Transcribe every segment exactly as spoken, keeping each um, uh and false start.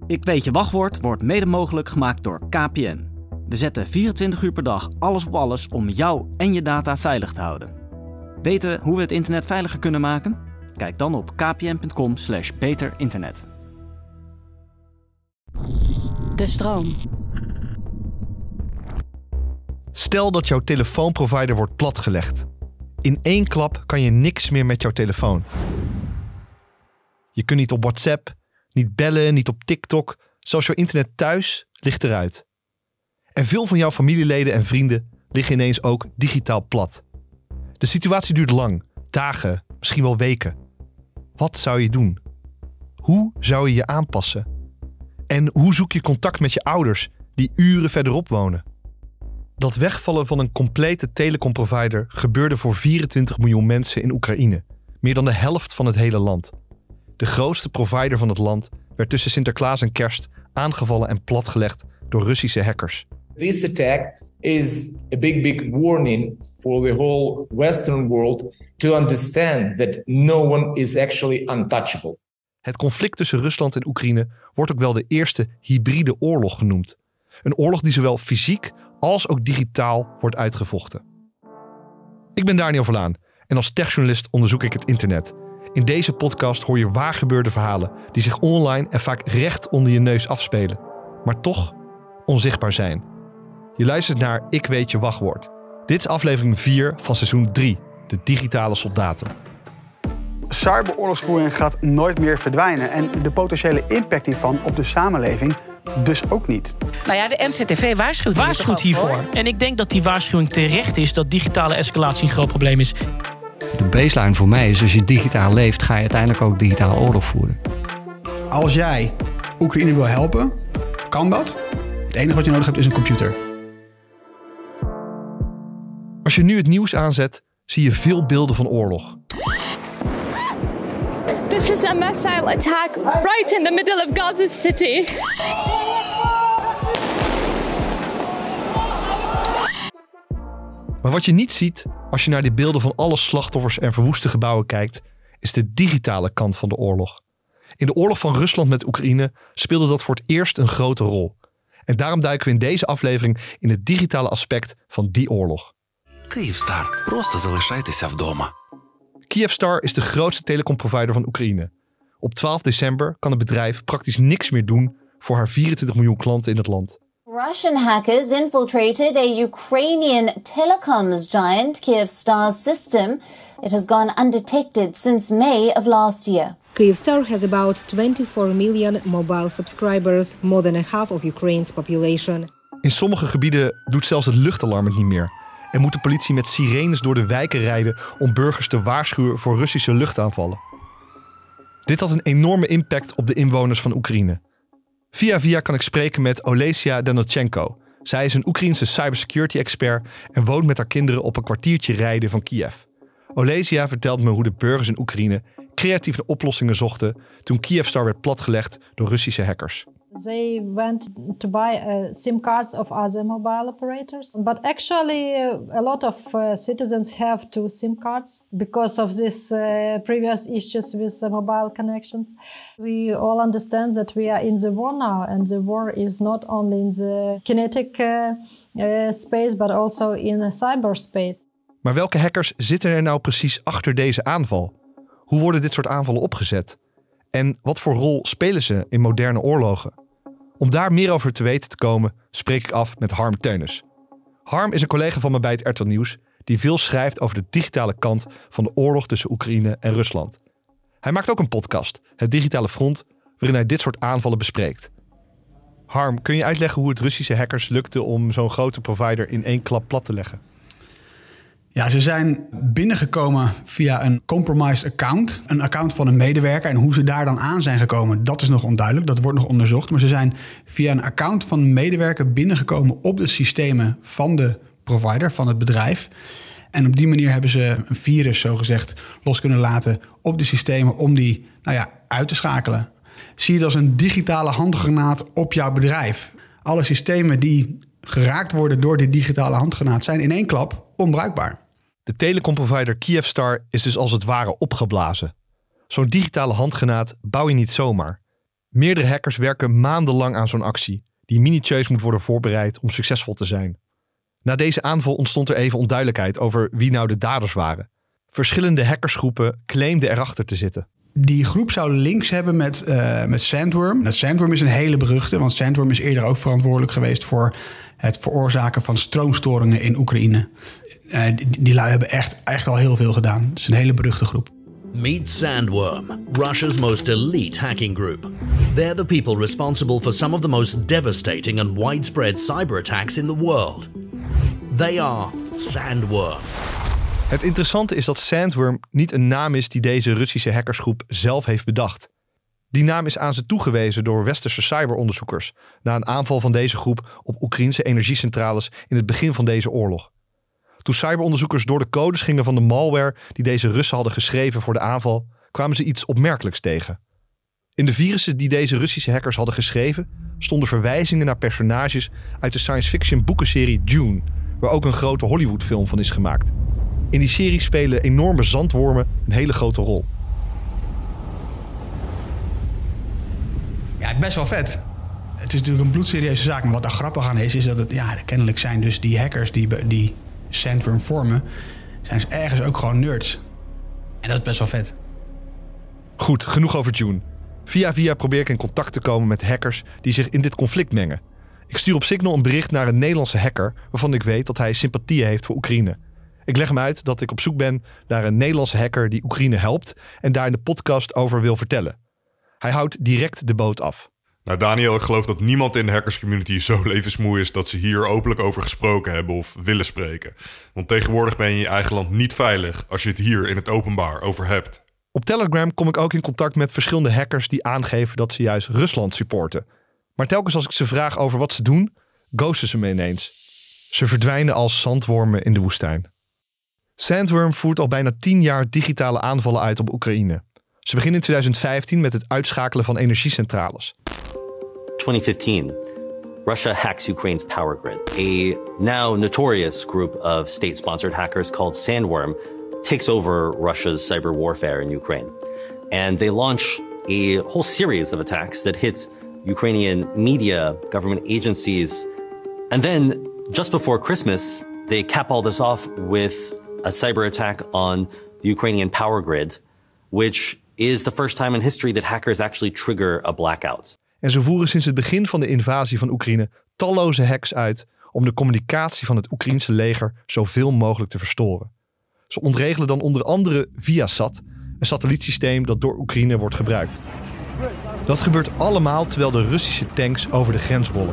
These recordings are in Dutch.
Ik Weet Je Wachtwoord wordt mede mogelijk gemaakt door K P N. We zetten vierentwintig uur per dag alles op alles om jou en je data veilig te houden. Weten hoe we het internet veiliger kunnen maken? Kijk dan op kpn.com slash beter internet. De stroom. Stel dat jouw telefoonprovider wordt platgelegd. In één klap kan je niks meer met jouw telefoon. Je kunt niet op WhatsApp, niet bellen, niet op TikTok. Zelfs jouw internet thuis ligt eruit. En veel van jouw familieleden en vrienden liggen ineens ook digitaal plat. De situatie duurt lang, dagen, misschien wel weken. Wat zou je doen? Hoe zou je je aanpassen? En hoe zoek je contact met je ouders die uren verderop wonen? Dat wegvallen van een complete telecomprovider gebeurde voor vierentwintig miljoen mensen in Oekraïne. Meer dan de helft van het hele land. De grootste provider van het land werd tussen Sinterklaas en Kerst aangevallen en platgelegd door Russische hackers. This attack is a big, big warning for the whole Western world to understand that no one is actually untouchable. Het conflict tussen Rusland en Oekraïne wordt ook wel de eerste hybride oorlog genoemd. Een oorlog die zowel fysiek als ook digitaal wordt uitgevochten. Ik ben Daniel Verlaan en als techjournalist onderzoek ik het internet. In deze podcast hoor je waargebeurde verhalen die zich online en vaak recht onder je neus afspelen, maar toch onzichtbaar zijn. Je luistert naar Ik Weet Je Wachtwoord. Dit is aflevering vier van seizoen drie, de digitale soldaten. Cyberoorlogsvoering gaat nooit meer verdwijnen en de potentiële impact hiervan op de samenleving dus ook niet. Nou ja, de N C T V waarschuwt, waarschuwt hiervoor. Voor. En ik denk dat die waarschuwing terecht is dat digitale escalatie een groot probleem is. De baseline voor mij is, als je digitaal leeft, ga je uiteindelijk ook digitaal oorlog voeren. Als jij Oekraïne wil helpen, kan dat. Het enige wat je nodig hebt is een computer. Als je nu het nieuws aanzet, zie je veel beelden van oorlog. This is a missile attack right in the middle of Gaza City. Maar wat je niet ziet als je naar die beelden van alle slachtoffers en verwoeste gebouwen kijkt, is de digitale kant van de oorlog. In de oorlog van Rusland met Oekraïne speelde dat voor het eerst een grote rol. En daarom duiken we in deze aflevering in het digitale aspect van die oorlog. Kyivstar, просто залишайтеся вдома. Kyivstar is de grootste telecomprovider van Oekraïne. Op twaalf december kan het bedrijf praktisch niks meer doen voor haar vierentwintig miljoen klanten in het land. Russian hackers infiltrated a Ukrainian telecoms giant Kyivstar's system. It has gone undetected since May of last year. Kyivstar has about twenty-four million mobile subscribers, more than a half of Ukraine's population. In sommige gebieden doet zelfs het luchtalarm het niet meer. En moet de politie met sirenes door de wijken rijden om burgers te waarschuwen voor Russische luchtaanvallen. Dit had een enorme impact op de inwoners van Oekraïne. Via via kan ik spreken met Olesia Danilchenko. Zij is een Oekraïense cybersecurity-expert en woont met haar kinderen op een kwartiertje rijden van Kiev. Olesia vertelt me hoe de burgers in Oekraïne creatieve oplossingen zochten toen Kyivstar werd platgelegd door Russische hackers. They went to buy uh, SIM cards of other mobile operators. But actually uh, a lot of uh, citizens have two SIM cards because of this uh, previous issues with uh, mobile connections. We all understand that we are in the war now, and the war is not only in the kinetic uh, uh, space but also in a cyberspace. Maar welke hackers zitten er nou precies achter deze aanval? Hoe worden dit soort aanvallen opgezet? En wat voor rol spelen ze in moderne oorlogen? Om daar meer over te weten te komen, spreek ik af met Harm Teunis. Harm is een collega van me bij het R T L Nieuws die veel schrijft over de digitale kant van de oorlog tussen Oekraïne en Rusland. Hij maakt ook een podcast, Het Digitale Front, waarin hij dit soort aanvallen bespreekt. Harm, kun je uitleggen hoe het Russische hackers lukte om zo'n grote provider in één klap plat te leggen? Ja, ze zijn binnengekomen via een compromised account. Een account van een medewerker. En hoe ze daar dan aan zijn gekomen, dat is nog onduidelijk. Dat wordt nog onderzocht. Maar ze zijn via een account van een medewerker binnengekomen op de systemen van de provider, van het bedrijf. En op die manier hebben ze een virus, zogezegd, los kunnen laten op de systemen om die nou ja, uit te schakelen. Zie het als een digitale handgranaat op jouw bedrijf. Alle systemen die geraakt worden door die digitale handgranaat zijn in één klap onbruikbaar. De telecomprovider Kyivstar is dus als het ware opgeblazen. Zo'n digitale handgranaat bouw je niet zomaar. Meerdere hackers werken maandenlang aan zo'n actie, die minutieus moet worden voorbereid om succesvol te zijn. Na deze aanval ontstond er even onduidelijkheid over wie nou de daders waren. Verschillende hackersgroepen claimden erachter te zitten. Die groep zou links hebben met, uh, met Sandworm. Dat Sandworm is een hele beruchte, want Sandworm is eerder ook verantwoordelijk geweest voor het veroorzaken van stroomstoringen in Oekraïne. Uh, die, die lui hebben echt, echt al heel veel gedaan. Het is een hele beruchte groep. Meet Sandworm, Russia's most elite hacking group. They're the people responsible for some of the most devastating and widespread cyber attacks in the world. They are Sandworm. Het interessante is dat Sandworm niet een naam is die deze Russische hackersgroep zelf heeft bedacht. Die naam is aan ze toegewezen door westerse cyberonderzoekers na een aanval van deze groep op Oekraïnse energiecentrales in het begin van deze oorlog. Toen cyberonderzoekers door de codes gingen van de malware die deze Russen hadden geschreven voor de aanval, kwamen ze iets opmerkelijks tegen. In de virussen die deze Russische hackers hadden geschreven, stonden verwijzingen naar personages uit de science fiction boekenserie Dune, waar ook een grote Hollywoodfilm van is gemaakt. In die serie spelen enorme zandwormen een hele grote rol. Ja, best wel vet. Het is natuurlijk een bloedserieuze zaak, maar wat daar grappig aan is, is dat het, ja, kennelijk zijn dus die hackers die, die Sandworm vormen, zijn dus ergens ook gewoon nerds. En dat is best wel vet. Goed, genoeg over Dune. Via via probeer ik in contact te komen met hackers die zich in dit conflict mengen. Ik stuur op Signal een bericht naar een Nederlandse hacker waarvan ik weet dat hij sympathie heeft voor Oekraïne. Ik leg hem uit dat ik op zoek ben naar een Nederlandse hacker die Oekraïne helpt en daar in de podcast over wil vertellen. Hij houdt direct de boot af. Nou Daniel, ik geloof dat niemand in de hackerscommunity zo levensmoe is dat ze hier openlijk over gesproken hebben of willen spreken. Want tegenwoordig ben je in je eigen land niet veilig als je het hier in het openbaar over hebt. Op Telegram kom ik ook in contact met verschillende hackers die aangeven dat ze juist Rusland supporten. Maar telkens als ik ze vraag over wat ze doen, ghosten ze me ineens. Ze verdwijnen als zandwormen in de woestijn. Sandworm voert al bijna tien jaar digitale aanvallen uit op Oekraïne. Ze beginnen in twintig vijftien met het uitschakelen van energiecentrales. twenty fifteen, Russia hacks Ukraine's power grid. A now notorious group of state-sponsored hackers called Sandworm takes over Russia's cyber warfare in Ukraine. And they launch a whole series of attacks that hit Ukrainian media, government agencies. And then, just before Christmas, they cap all this off with a cyber attack on the Ukrainian power grid, which is the first time in history that hackers actually trigger a blackout. En ze voeren sinds het begin van de invasie van Oekraïne talloze hacks uit om de communicatie van het Oekraïense leger zoveel mogelijk te verstoren. Ze ontregelen dan onder andere Viasat, een satellietsysteem dat door Oekraïne wordt gebruikt. Dat gebeurt allemaal terwijl de Russische tanks over de grens rollen.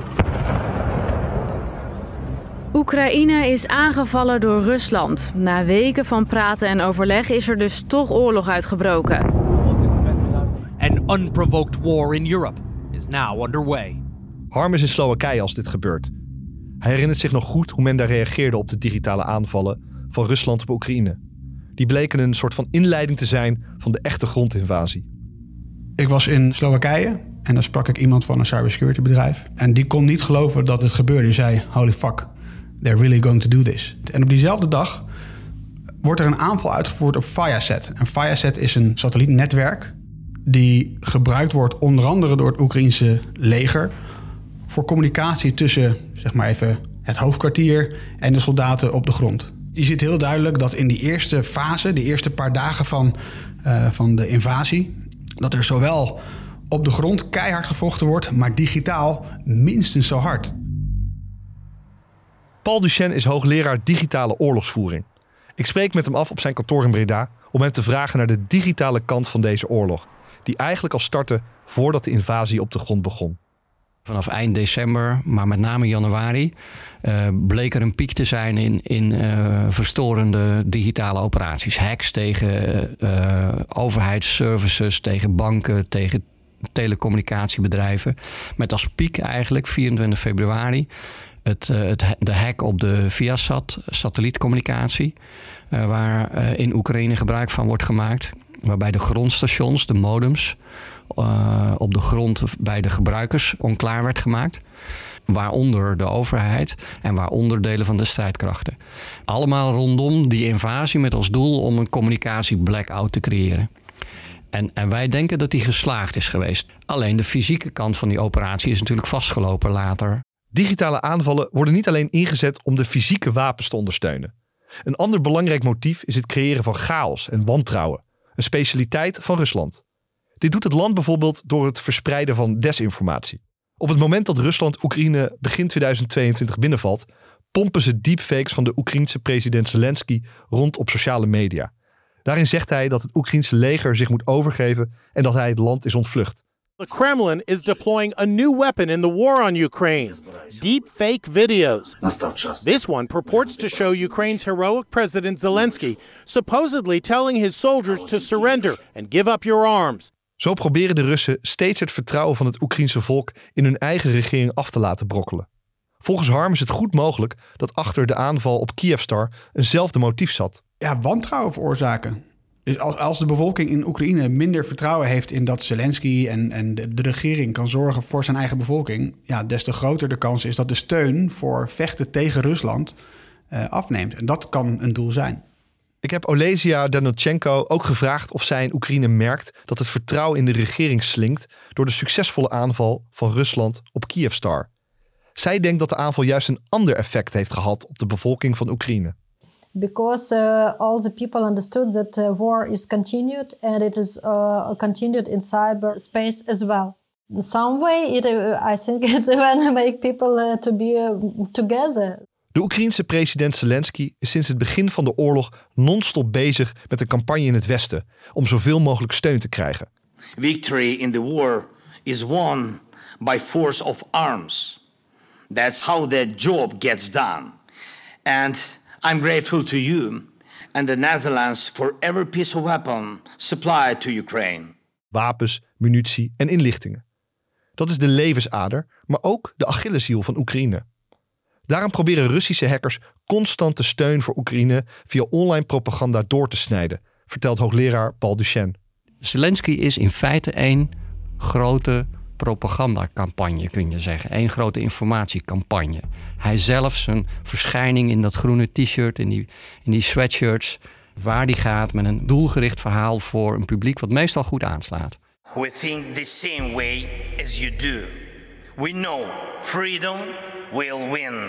Oekraïne is aangevallen door Rusland. Na weken van praten en overleg is er dus toch oorlog uitgebroken. An unprovoked war in Europe is now underway. Harm is in Slowakije als dit gebeurt. Hij herinnert zich nog goed hoe men daar reageerde op de digitale aanvallen van Rusland op Oekraïne. Die bleken een soort van inleiding te zijn van de echte grondinvasie. Ik was in Slowakije en daar sprak ik iemand van een cybersecurity bedrijf. En die kon niet geloven dat het gebeurde. Die zei, holy fuck, they're really going to do this. En op diezelfde dag wordt er een aanval uitgevoerd op Viasat. En Viasat is een satellietnetwerk die gebruikt wordt onder andere door het Oekraïense leger voor communicatie tussen, zeg maar even, het hoofdkwartier en de soldaten op de grond. Je ziet heel duidelijk dat in die eerste fase, de eerste paar dagen van, uh, van de invasie, dat er zowel op de grond keihard gevochten wordt, maar digitaal minstens zo hard. Paul Duchesne is hoogleraar digitale oorlogsvoering. Ik spreek met hem af op zijn kantoor in Breda om hem te vragen naar de digitale kant van deze oorlog, die eigenlijk al startte voordat de invasie op de grond begon. Vanaf eind december, maar met name januari, uh, bleek er een piek te zijn in, in uh, verstorende digitale operaties. Hacks tegen uh, overheidsservices, tegen banken, tegen telecommunicatiebedrijven. Met als piek eigenlijk vierentwintig februari het, uh, het, de hack op de Viasat, satellietcommunicatie, uh, waar uh, in Oekraïne gebruik van wordt gemaakt. Waarbij de grondstations, de modems, uh, op de grond bij de gebruikers onklaar werd gemaakt. Waaronder de overheid en waaronder delen van de strijdkrachten. Allemaal rondom die invasie met als doel om een communicatie blackout te creëren. En, en wij denken dat die geslaagd is geweest. Alleen de fysieke kant van die operatie is natuurlijk vastgelopen later. Digitale aanvallen worden niet alleen ingezet om de fysieke wapens te ondersteunen. Een ander belangrijk motief is het creëren van chaos en wantrouwen. Een specialiteit van Rusland. Dit doet het land bijvoorbeeld door het verspreiden van desinformatie. Op het moment dat Rusland Oekraïne begin tweeduizend tweeëntwintig binnenvalt, pompen ze deepfakes van de Oekraïense president Zelensky rond op sociale media. Daarin zegt hij dat het Oekraïense leger zich moet overgeven en dat hij het land is ontvlucht. The Kremlin is deploying a new weapon in the war on Ukraine, deepfake videos. This one purports to show Ukraine's heroic president Zelensky supposedly telling his soldiers to surrender and give up your arms. Zo proberen de Russen steeds het vertrouwen van het Oekraïense volk in hun eigen regering af te laten brokkelen. Volgens Harm is het goed mogelijk dat achter de aanval op Kyivstar eenzelfde motief zat. Ja, wantrouwen veroorzaken. Dus als, als de bevolking in Oekraïne minder vertrouwen heeft in dat Zelensky en, en de, de regering kan zorgen voor zijn eigen bevolking, ja, des te groter de kans is dat de steun voor vechten tegen Rusland uh, afneemt. En dat kan een doel zijn. Ik heb Olesia Danilchenko ook gevraagd of zij in Oekraïne merkt dat het vertrouwen in de regering slinkt door de succesvolle aanval van Rusland op Kyivstar. Zij denkt dat de aanval juist een ander effect heeft gehad op de bevolking van Oekraïne. Because uh, all the people understood that uh, war is continued and it is uh, continued in cyberspace as well. In some way, it, uh, I think it's even make people uh, to be uh, together. De Oekraïense president Zelensky is sinds het begin van de oorlog non-stop bezig met een campagne in het Westen om zoveel mogelijk steun te krijgen. Victory in the war is won by force of arms. That's how that job gets done. And I'm grateful to you and the Netherlands for every piece of weapon supplied to Ukraine. Wapens, munitie en inlichtingen. Dat is de levensader, maar ook de Achilleshiel van Oekraïne. Daarom proberen Russische hackers constant de steun voor Oekraïne via online propaganda door te snijden, vertelt hoogleraar Paul Duchesne. Zelensky is in feite één grote propagandacampagne, kun je zeggen. Eén grote informatiecampagne. Hij zelf, zijn verschijning in dat groene t-shirt, in die, in die sweatshirts, waar die gaat met een doelgericht verhaal voor een publiek wat meestal goed aanslaat. We think the same way as you do. We know freedom will win.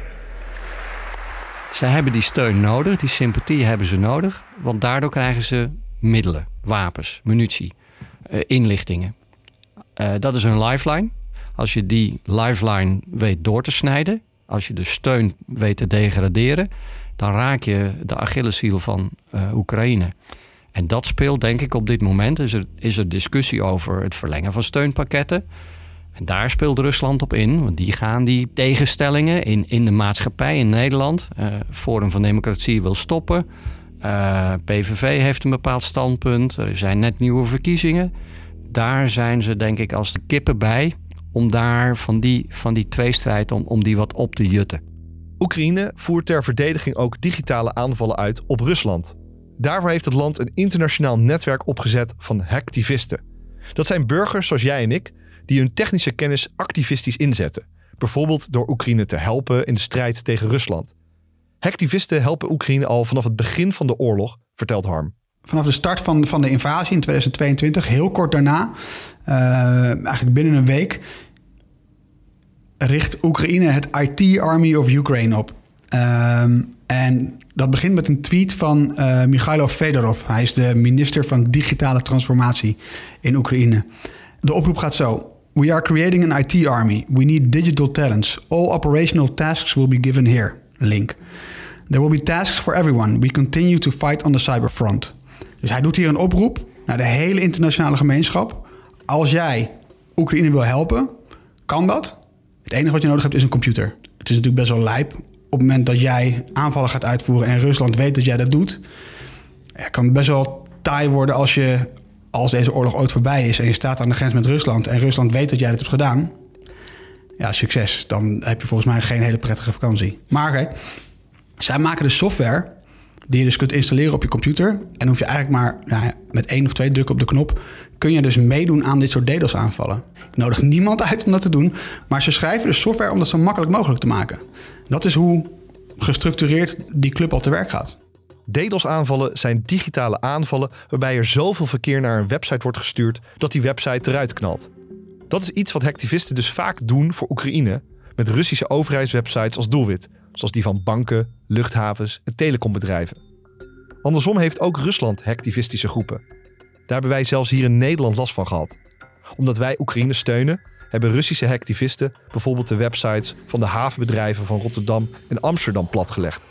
Ze hebben die steun nodig, die sympathie hebben ze nodig, want daardoor krijgen ze middelen, wapens, munitie, uh, inlichtingen. Uh, dat is hun lifeline. Als je die lifeline weet door te snijden, als je de steun weet te degraderen, dan raak je de Achilleshiel van uh, Oekraïne. En dat speelt, denk ik, op dit moment. Is er, is er discussie over het verlengen van steunpakketten. En daar speelt Rusland op in, want die gaan die tegenstellingen in, in de maatschappij in Nederland. Uh, Forum van Democratie wil stoppen. Uh, P V V heeft een bepaald standpunt. Er zijn net nieuwe verkiezingen. Daar zijn ze, denk ik, als de kippen bij om daar van die, van die tweestrijd om, om die wat op te jutten. Oekraïne voert ter verdediging ook digitale aanvallen uit op Rusland. Daarvoor heeft het land een internationaal netwerk opgezet van hacktivisten. Dat zijn burgers zoals jij en ik die hun technische kennis activistisch inzetten. Bijvoorbeeld door Oekraïne te helpen in de strijd tegen Rusland. Hacktivisten helpen Oekraïne al vanaf het begin van de oorlog, vertelt Harm. Vanaf de start van, van de invasie in tweeduizend tweeëntwintig, heel kort daarna, uh, eigenlijk binnen een week, richt Oekraïne het I T Army of Ukraine op. Uh, en dat begint met een tweet van uh, Mikhailo Fedorov. Hij is de minister van digitale transformatie in Oekraïne. De oproep gaat zo. We are creating an I T army. We need digital talents. All operational tasks will be given here. Link. There will be tasks for everyone. We continue to fight on the cyberfront. Dus hij doet hier een oproep naar de hele internationale gemeenschap. Als jij Oekraïne wil helpen, kan dat. Het enige wat je nodig hebt is een computer. Het is natuurlijk best wel lijp. Op het moment dat jij aanvallen gaat uitvoeren en Rusland weet dat jij dat doet, ja, kan het best wel taai worden als je, als deze oorlog ooit voorbij is en je staat aan de grens met Rusland en Rusland weet dat jij dat hebt gedaan. Ja, succes. Dan heb je volgens mij geen hele prettige vakantie. Maar oké, okay, zij maken de software die je dus kunt installeren op je computer. En dan hoef je eigenlijk maar nou ja, met één of twee drukken op de knop kun je dus meedoen aan dit soort DDoS aanvallen. Ik nodig niemand uit om dat te doen, maar ze schrijven de software om dat zo makkelijk mogelijk te maken. Dat is hoe gestructureerd die club al te werk gaat. DDoS-aanvallen zijn digitale aanvallen waarbij er zoveel verkeer naar een website wordt gestuurd dat die website eruit knalt. Dat is iets wat hacktivisten dus vaak doen voor Oekraïne met Russische overheidswebsites als doelwit, zoals die van banken, luchthavens en telecombedrijven. Andersom heeft ook Rusland hacktivistische groepen. Daar hebben wij zelfs hier in Nederland last van gehad. Omdat wij Oekraïne steunen, hebben Russische hacktivisten bijvoorbeeld de websites van de havenbedrijven van Rotterdam en Amsterdam platgelegd.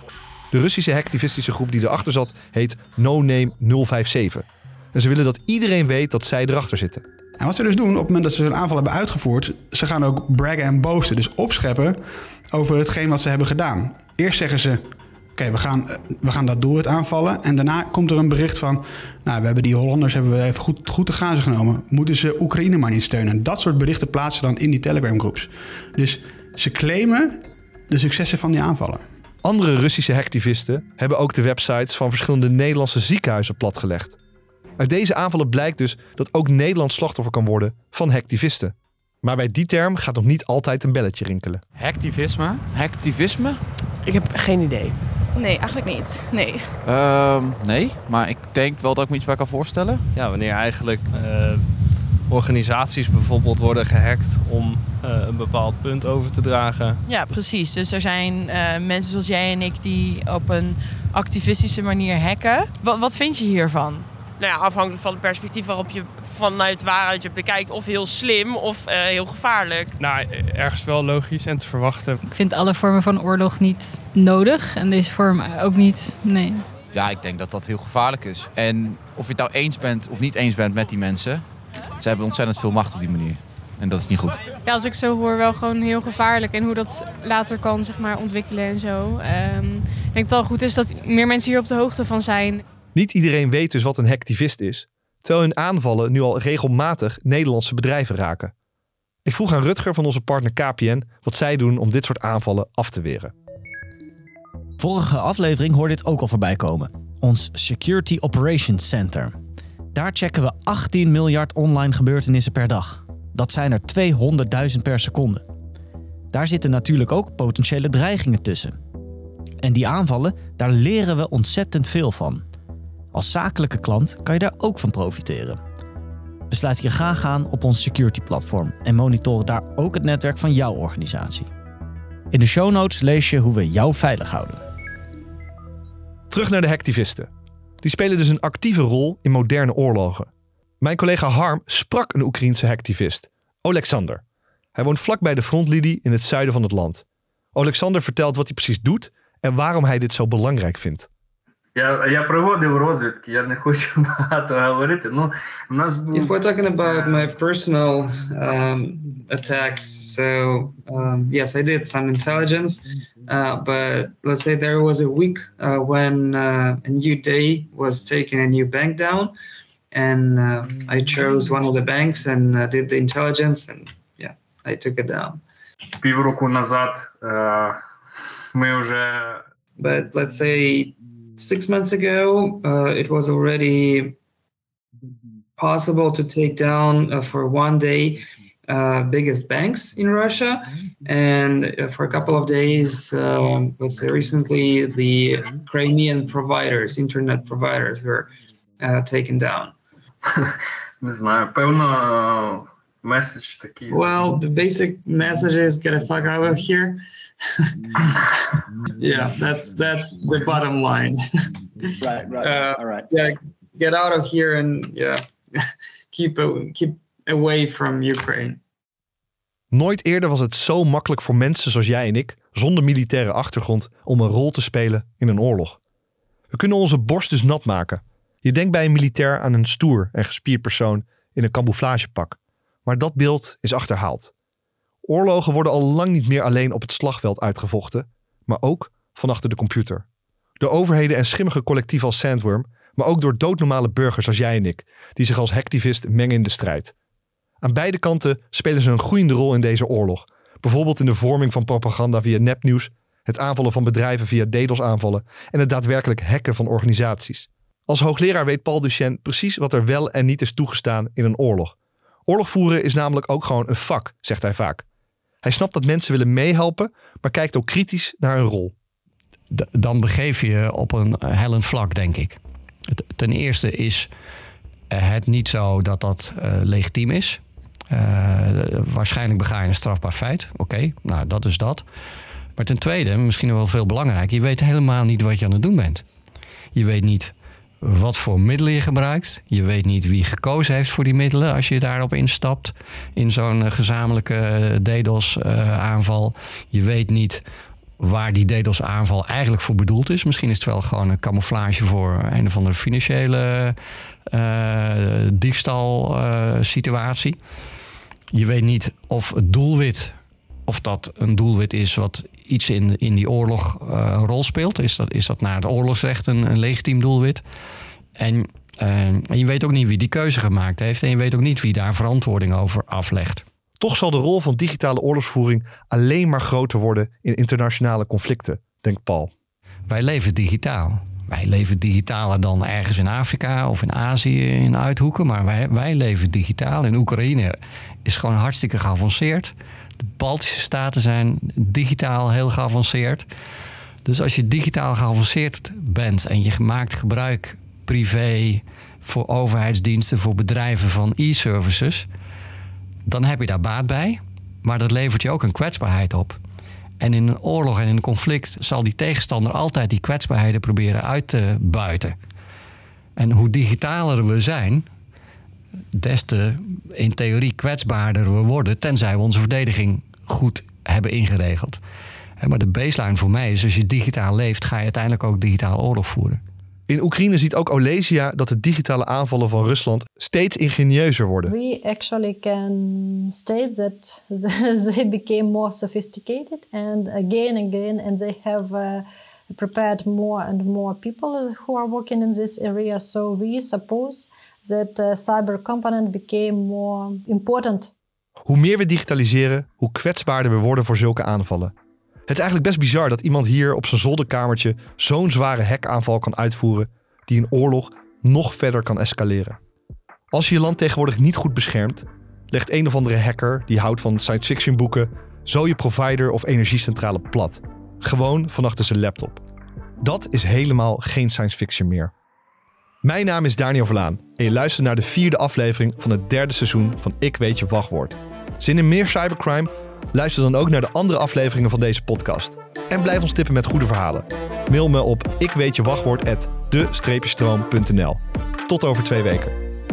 De Russische hacktivistische groep die erachter zat heet No Name nul vijf zeven. En ze willen dat iedereen weet dat zij erachter zitten. En wat ze dus doen op het moment dat ze een aanval hebben uitgevoerd, ze gaan ook braggen en boosten, dus opscheppen over hetgeen wat ze hebben gedaan. Eerst zeggen ze, oké, okay, we, gaan, we gaan dat doelwit aanvallen. En daarna komt er een bericht van, nou, we hebben die Hollanders hebben we even goed, goed te grazen genomen. Moeten ze Oekraïne maar niet steunen? Dat soort berichten plaatsen dan in die Telegram groeps. Dus ze claimen de successen van die aanvallen. Andere Russische hacktivisten hebben ook de websites van verschillende Nederlandse ziekenhuizen platgelegd. Uit deze aanvallen blijkt dus dat ook Nederland slachtoffer kan worden van hacktivisten. Maar bij die term gaat nog niet altijd een belletje rinkelen. Hacktivisme? Hacktivisme? Ik heb geen idee. Nee, eigenlijk niet. Nee. Uh, nee, maar ik denk wel dat ik me iets bij kan voorstellen. Ja, wanneer eigenlijk uh, organisaties bijvoorbeeld worden gehackt om uh, een bepaald punt over te dragen. Ja, precies. Dus er zijn uh, mensen zoals jij en ik die op een activistische manier hacken. Wat, wat vind je hiervan? Nou ja, afhankelijk van het perspectief waarop je vanuit waaruit je bekijkt, of heel slim of uh, heel gevaarlijk. Nou, ergens wel logisch en te verwachten. Ik vind alle vormen van oorlog niet nodig en deze vorm ook niet, nee. Ja, ik denk dat dat heel gevaarlijk is. En of je het nou eens bent of niet eens bent met die mensen, ze hebben ontzettend veel macht op die manier. En dat is niet goed. Ja, als ik zo hoor, wel gewoon heel gevaarlijk. En hoe dat later kan, zeg maar, ontwikkelen en zo. Um, ik denk dat het goed is dat meer mensen hier op de hoogte van zijn. Niet iedereen weet dus wat een hacktivist is, terwijl hun aanvallen nu al regelmatig Nederlandse bedrijven raken. Ik vroeg aan Rutger van onze partner K P N wat zij doen om dit soort aanvallen af te weren. Vorige aflevering hoorde dit ook al voorbij komen. Ons Security Operations Center. Daar checken we achttien miljard online gebeurtenissen per dag. Dat zijn er tweehonderdduizend per seconde. Daar zitten natuurlijk ook potentiële dreigingen tussen. En die aanvallen, daar leren we ontzettend veel van. Als zakelijke klant kan je daar ook van profiteren. We sluiten je graag aan op ons security platform en monitoren daar ook het netwerk van jouw organisatie. In de show notes lees je hoe we jou veilig houden. Terug naar de hacktivisten. Die spelen dus een actieve rol in moderne oorlogen. Mijn collega Harm sprak een Oekraïense hacktivist, Olexander. Hij woont vlakbij de frontlinie in het zuiden van het land. Olexander vertelt wat hij precies doet en waarom hij dit zo belangrijk vindt. Я, я проводив розвідки, я не хочу багато говорити. Ну, у нас був... If we're talking about my personal um, attacks, so um, yes, I did some intelligence, uh, but let's say there was a week uh, when uh, a new day was taking a new bank down, and uh, I chose one of the banks and uh, did the intelligence, and yeah, I took it down. Півроку назад uh, ми вже... But let's say Six months ago, uh, it was already possible to take down uh, for one day uh, biggest banks in Russia, and uh, for a couple of days, um, let's say recently, the Crimean providers, internet providers, were uh, taken down. Не знаю, певно, message такий. Well, the basic message is get the fuck out of here. Yeah, that's that's the bottom line. Right, right, uh, all right. Yeah, get out of here and yeah, keep keep away from Ukraine. Nooit eerder was het zo makkelijk voor mensen zoals jij en ik, zonder militaire achtergrond, om een rol te spelen in een oorlog. We kunnen onze borst dus nat maken. Je denkt bij een militair aan een stoer en gespierd persoon in een camouflagepak. Maar dat beeld is achterhaald. Oorlogen worden al lang niet meer alleen op het slagveld uitgevochten, maar ook van achter de computer. Door overheden en schimmige collectieven als Sandworm, maar ook door doodnormale burgers als jij en ik, die zich als hacktivist mengen in de strijd. Aan beide kanten spelen ze een groeiende rol in deze oorlog. Bijvoorbeeld in de vorming van propaganda via nepnieuws, het aanvallen van bedrijven via DDoS-aanvallen en het daadwerkelijk hacken van organisaties. Als hoogleraar weet Paul Duchesne precies wat er wel en niet is toegestaan in een oorlog. Oorlog voeren is namelijk ook gewoon een vak, zegt hij vaak. Hij snapt dat mensen willen meehelpen, maar kijkt ook kritisch naar hun rol. d- dan begeef je op een hellend vlak, denk ik. Ten eerste is het niet zo dat dat uh, legitiem is. Uh, waarschijnlijk bega je een strafbaar feit. Oké, okay, nou dat is dat. Maar ten tweede, misschien nog wel veel belangrijk, je weet helemaal niet wat je aan het doen bent. Je weet niet wat voor middelen je gebruikt. Je weet niet wie gekozen heeft voor die middelen als je daarop instapt in zo'n uh, gezamenlijke DDoS-aanval. Uh, je weet niet waar die DDoS-aanval eigenlijk voor bedoeld is. Misschien is het wel gewoon een camouflage voor een of andere financiële uh, diefstal uh, situatie. Je weet niet of het doelwit, of dat een doelwit is wat iets in, in die oorlog uh, een rol speelt. Is dat, is dat naar het oorlogsrecht een, een legitiem doelwit? En, uh, en je weet ook niet wie die keuze gemaakt heeft. En je weet ook niet wie daar verantwoording over aflegt. Toch zal de rol van digitale oorlogsvoering alleen maar groter worden in internationale conflicten, denkt Paul. Wij leven digitaal. Wij leven digitaler dan ergens in Afrika of in Azië in uithoeken. Maar wij, wij leven digitaal. In Oekraïne is gewoon hartstikke geavanceerd. De Baltische staten zijn digitaal heel geavanceerd. Dus als je digitaal geavanceerd bent en je maakt gebruik privé voor overheidsdiensten, voor bedrijven van e-services, dan heb je daar baat bij. Maar dat levert je ook een kwetsbaarheid op. En in een oorlog en in een conflict zal die tegenstander altijd die kwetsbaarheden proberen uit te buiten. En hoe digitaler we zijn, des te in theorie kwetsbaarder we worden, tenzij we onze verdediging goed hebben ingeregeld. Maar de baseline voor mij is, als je digitaal leeft, ga je uiteindelijk ook digitaal oorlog voeren. In Oekraïne ziet ook Olesia dat de digitale aanvallen van Rusland steeds ingenieuzer worden. We actually can state that they became more sophisticated and again and again and they have uh, prepared more and more people who are working in this area. So we suppose that the cyber component became more important. Hoe meer we digitaliseren, hoe kwetsbaarder we worden voor zulke aanvallen. Het is eigenlijk best bizar dat iemand hier op zijn zolderkamertje zo'n zware hackaanval kan uitvoeren die een oorlog nog verder kan escaleren. Als je je land tegenwoordig niet goed beschermt, legt een of andere hacker die houdt van science fiction boeken zo je provider of energiecentrale plat. Gewoon van achter zijn laptop. Dat is helemaal geen science fiction meer. Mijn naam is Daniel Verlaan en je luistert naar de vierde aflevering van het derde seizoen van Ik Weet Je Wachtwoord. Zin in meer cybercrime? Luister dan ook naar de andere afleveringen van deze podcast. En blijf ons tippen met goede verhalen. Mail me op ikweetjewachtwoord at de stroom punt n l. Tot over twee weken.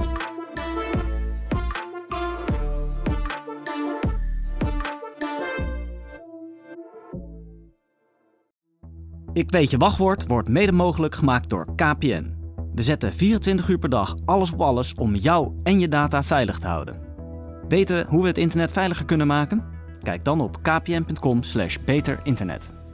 Ik Weet Je Wachtwoord wordt mede mogelijk gemaakt door K P N. We zetten vierentwintig uur per dag alles op alles om jou en je data veilig te houden. Weten hoe we het internet veiliger kunnen maken? Kijk dan op kpn punt com slash beter internet.